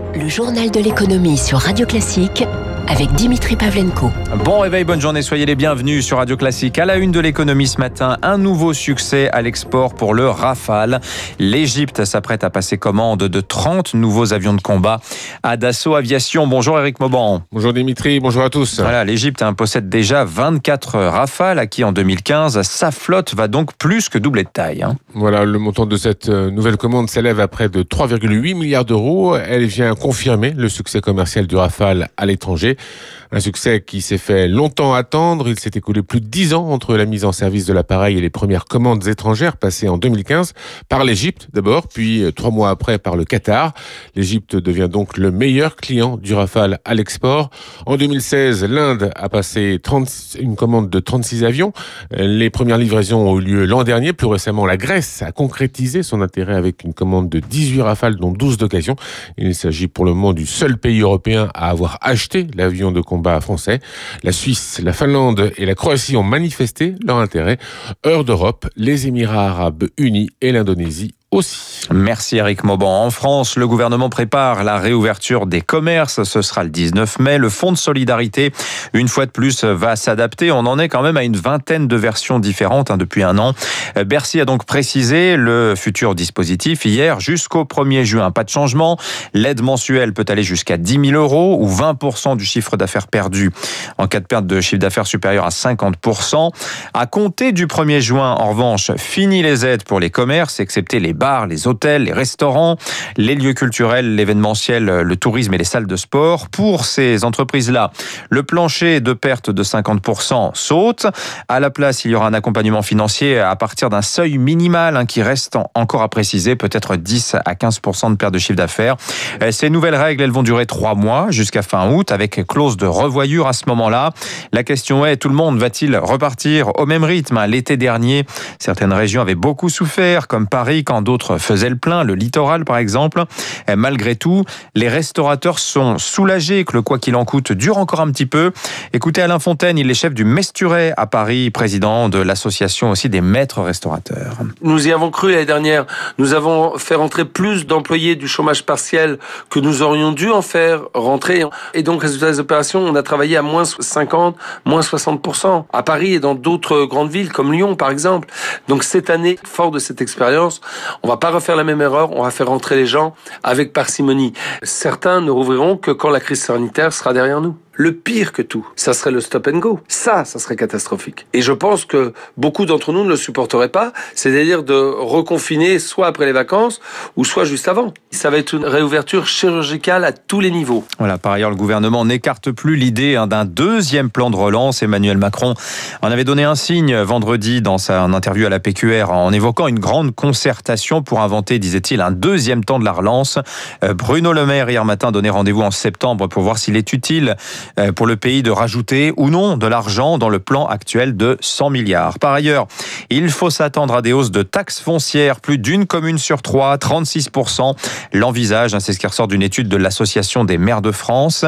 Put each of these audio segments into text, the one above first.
Le journal de l'économie sur Radio Classique avec Dimitri Pavlenko. Bon réveil, bonne journée, soyez les bienvenus sur Radio Classique. À la une de l'économie ce matin, un nouveau succès à l'export pour le Rafale. L'Égypte s'apprête à passer commande de 30 nouveaux avions de combat à Dassault Aviation. Bonjour Éric Mauban. Bonjour Dimitri, bonjour à tous. Voilà, l'Égypte possède déjà 24 Rafale acquis en 2015. Sa flotte va donc plus que doubler de taille. Voilà, le montant de cette nouvelle commande s'élève à près de 3,8 milliards d'euros. Elle vient confirmer le succès commercial du Rafale à l'étranger. Un succès qui s'est fait longtemps attendre. Il s'est écoulé plus de 10 ans entre la mise en service de l'appareil et les premières commandes étrangères passées en 2015 par l'Égypte d'abord, puis 3 mois après par le Qatar. L'Égypte devient donc le meilleur client du Rafale à l'export. En 2016, l'Inde a passé une commande de 36 avions. Les premières livraisons ont eu lieu l'an dernier. Plus récemment, la Grèce a concrétisé son intérêt avec une commande de 18 Rafales, dont 12 d'occasion. Il s'agit pour le moment du seul pays européen à avoir acheté l'avion de combat français. La Suisse, la Finlande et la Croatie ont manifesté leur intérêt. Hors d'Europe, les Émirats arabes unis et l'Indonésie aussi. Merci Éric Mauban. En France, le gouvernement prépare la réouverture des commerces. Ce sera le 19 mai. Le fonds de solidarité, une fois de plus, va s'adapter. On en est quand même à une vingtaine de versions différentes depuis un an. Bercy a donc précisé le futur dispositif hier jusqu'au 1er juin. Pas de changement. L'aide mensuelle peut aller jusqu'à 10 000 € ou 20% du chiffre d'affaires perdu en cas de perte de chiffre d'affaires supérieur à 50%. À compter du 1er juin, en revanche, fini les aides pour les commerces, excepté les bars, les hôtels, les restaurants, les lieux culturels, l'événementiel, le tourisme et les salles de sport. Pour ces entreprises-là, le plancher de perte de 50% saute. À la place, il y aura un accompagnement financier à partir d'un seuil minimal qui reste encore à préciser, peut-être 10 à 15% de perte de chiffre d'affaires. Ces nouvelles règles, elles vont durer 3 mois jusqu'à fin août avec clause de revoyure à ce moment-là. La question est, tout le monde va-t-il repartir au même rythme ? L'été dernier, certaines régions avaient beaucoup souffert, comme Paris, quand d'autres faisaient le plein, le littoral par exemple. Malgré tout, les restaurateurs sont soulagés que le quoi qu'il en coûte dure encore un petit peu. Écoutez Alain Fontaine, il est chef du Mesturet à Paris, président de l'association aussi des maîtres restaurateurs. Nous y avons cru l'année dernière. Nous avons fait rentrer plus d'employés du chômage partiel que nous aurions dû en faire rentrer. Et donc, résultat des opérations, on a travaillé à moins 50, moins 60%. À Paris et dans d'autres grandes villes comme Lyon par exemple. Donc cette année, fort de cette expérience, on va pas refaire la même erreur, on va faire rentrer les gens avec parcimonie. Certains ne rouvriront que quand la crise sanitaire sera derrière nous. Le pire que tout, ça serait le stop and go. Ça serait catastrophique. Et je pense que beaucoup d'entre nous ne le supporteraient pas, c'est-à-dire de reconfiner soit après les vacances ou soit juste avant. Ça va être une réouverture chirurgicale à tous les niveaux. Voilà, par ailleurs, le gouvernement n'écarte plus l'idée d'un deuxième plan de relance. Emmanuel Macron en avait donné un signe vendredi dans sa interview à la PQR en évoquant une grande concertation pour inventer, disait-il, un deuxième temps de la relance. Bruno Le Maire, hier matin, donnait rendez-vous en septembre pour voir s'il est utile pour le pays de rajouter ou non de l'argent dans le plan actuel de 100 milliards. Par ailleurs, il faut s'attendre à des hausses de taxes foncières. Plus d'une commune sur 3, 36%, l'envisage. C'est ce qui ressort d'une étude de l'Association des maires de France.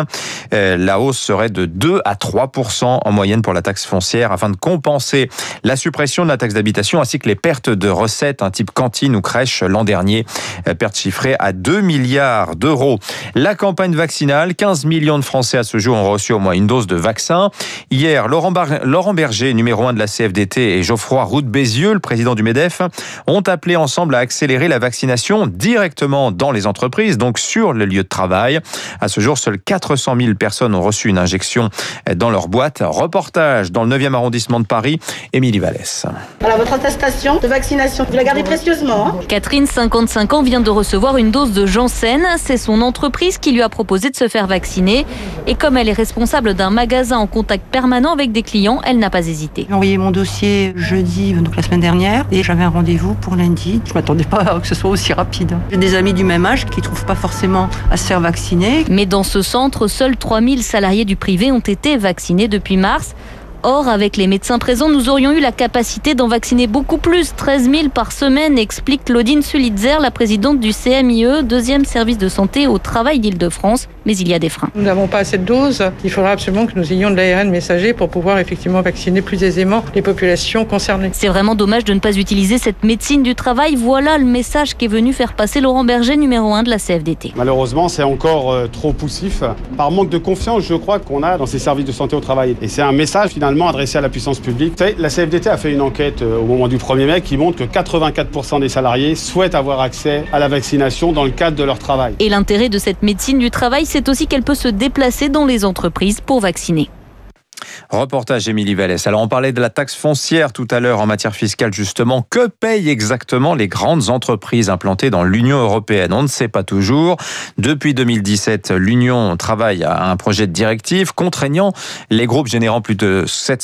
La hausse serait de 2 à 3% en moyenne pour la taxe foncière afin de compenser la suppression de la taxe d'habitation ainsi que les pertes de recettes, type cantine ou crèche l'an dernier. Pertes chiffrées à 2 milliards d'euros. La campagne vaccinale, 15 millions de Français à ce jour ont reçu au moins une dose de vaccin. Hier, Laurent Berger, numéro 1 de la CFDT, et Geoffroy Roux de Bézieux, le président du MEDEF, ont appelé ensemble à accélérer la vaccination directement dans les entreprises, donc sur le lieu de travail. À ce jour, seules 400 000 personnes ont reçu une injection dans leur boîte. Reportage dans le 9e arrondissement de Paris, Émilie Vallès. Voilà votre attestation de vaccination. Vous la gardez précieusement. Catherine, 55 ans, vient de recevoir une dose de Janssen. C'est son entreprise qui lui a proposé de se faire vacciner. Et comme elle est responsable d'un magasin en contact permanent avec des clients, elle n'a pas hésité. J'ai envoyé mon dossier jeudi, donc la semaine dernière, et j'avais un rendez-vous pour lundi. Je ne m'attendais pas à que ce soit aussi rapide. J'ai des amis du même âge qui ne trouvent pas forcément à se faire vacciner. Mais dans ce centre, seuls 3000 salariés du privé ont été vaccinés depuis mars. Or, avec les médecins présents, nous aurions eu la capacité d'en vacciner beaucoup plus, 13 000 par semaine, explique Claudine Sulitzer, la présidente du CMIE, deuxième service de santé au travail d'Île-de-France. Mais il y a des freins. Nous n'avons pas assez de doses. Il faudra absolument que nous ayons de l'ARN messager pour pouvoir effectivement vacciner plus aisément les populations concernées. C'est vraiment dommage de ne pas utiliser cette médecine du travail. Voilà le message qu'est venu faire passer Laurent Berger, numéro 1 de la CFDT. Malheureusement, c'est encore trop poussif. Par manque de confiance, je crois, qu'on a dans ces services de santé au travail. Et c'est un message finalement adressé à la puissance publique. Vous savez, la CFDT a fait une enquête au moment du 1er mai qui montre que 84% des salariés souhaitent avoir accès à la vaccination dans le cadre de leur travail. Et l'intérêt de cette médecine du travail, c'est aussi qu'elle peut se déplacer dans les entreprises pour vacciner. Reportage Émilie Vallès. Alors on parlait de la taxe foncière tout à l'heure en matière fiscale justement. Que payent exactement les grandes entreprises implantées dans l'Union européenne? On ne sait pas toujours. Depuis 2017, l'Union travaille à un projet de directive contraignant les groupes générant plus de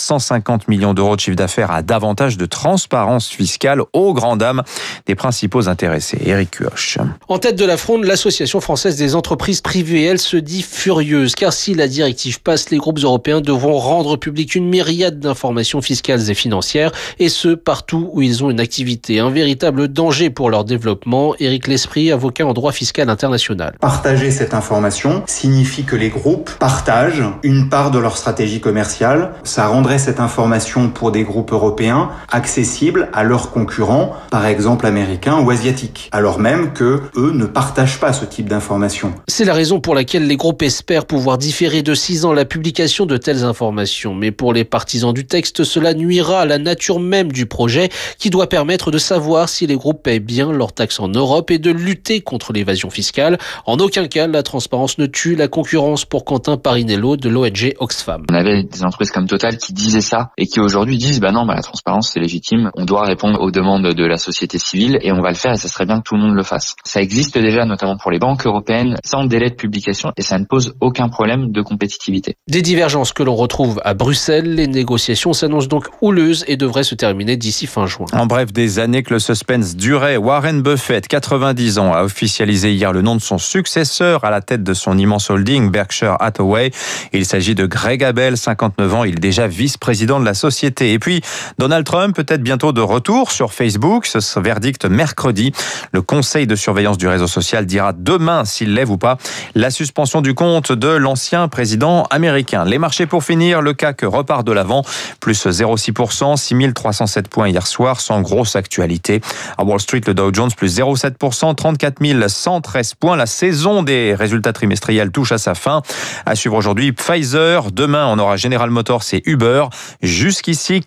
750 millions d'euros de chiffre d'affaires à davantage de transparence fiscale aux grandes dames des principaux intéressés. Éric Cuoche. En tête de la fronde, l'Association française des entreprises privées, elle se dit furieuse car si la directive passe, les groupes européens devront rendre public une myriade d'informations fiscales et financières, et ce, partout où ils ont une activité. Un véritable danger pour leur développement. Éric L'Esprit, avocat en droit fiscal international. Partager cette information signifie que les groupes partagent une part de leur stratégie commerciale. Ça rendrait cette information pour des groupes européens accessible à leurs concurrents, par exemple américains ou asiatiques, alors même que eux ne partagent pas ce type d'informations. C'est la raison pour laquelle les groupes espèrent pouvoir différer de 6 ans la publication de telles informations. Mais pour les partisans du texte, cela nuira à la nature même du projet qui doit permettre de savoir si les groupes paient bien leurs taxes en Europe et de lutter contre l'évasion fiscale. En aucun cas, la transparence ne tue la concurrence pour Quentin Parinello de l'ONG Oxfam. On avait des entreprises comme Total qui disaient ça et qui aujourd'hui disent la transparence c'est légitime, on doit répondre aux demandes de la société civile et on va le faire et ça serait bien que tout le monde le fasse. Ça existe déjà notamment pour les banques européennes sans délai de publication et ça ne pose aucun problème de compétitivité. Des divergences que l'on retrouve à Bruxelles, les négociations s'annoncent donc houleuses et devraient se terminer d'ici fin juin. En bref, des années que le suspense durait, Warren Buffett, 90 ans, a officialisé hier le nom de son successeur à la tête de son immense holding Berkshire Hathaway. Il s'agit de Greg Abel, 59 ans, il est déjà vice-président de la société. Et puis, Donald Trump peut-être bientôt de retour sur Facebook, ce verdict mercredi. Le conseil de surveillance du réseau social dira demain s'il lève ou pas la suspension du compte de l'ancien président américain. Les marchés pour finir, le CAC repart de l'avant, plus 0,6%, 6307 points hier soir, sans grosse actualité. À Wall Street, le Dow Jones, plus 0,7%, 34 113 points. La saison des résultats trimestriels touche à sa fin. À suivre aujourd'hui, Pfizer. Demain, on aura General Motors et Uber. Jusqu'ici,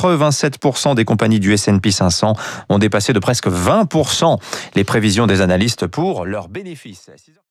87% des compagnies du S&P 500 ont dépassé de presque 20% les prévisions des analystes pour leurs bénéfices.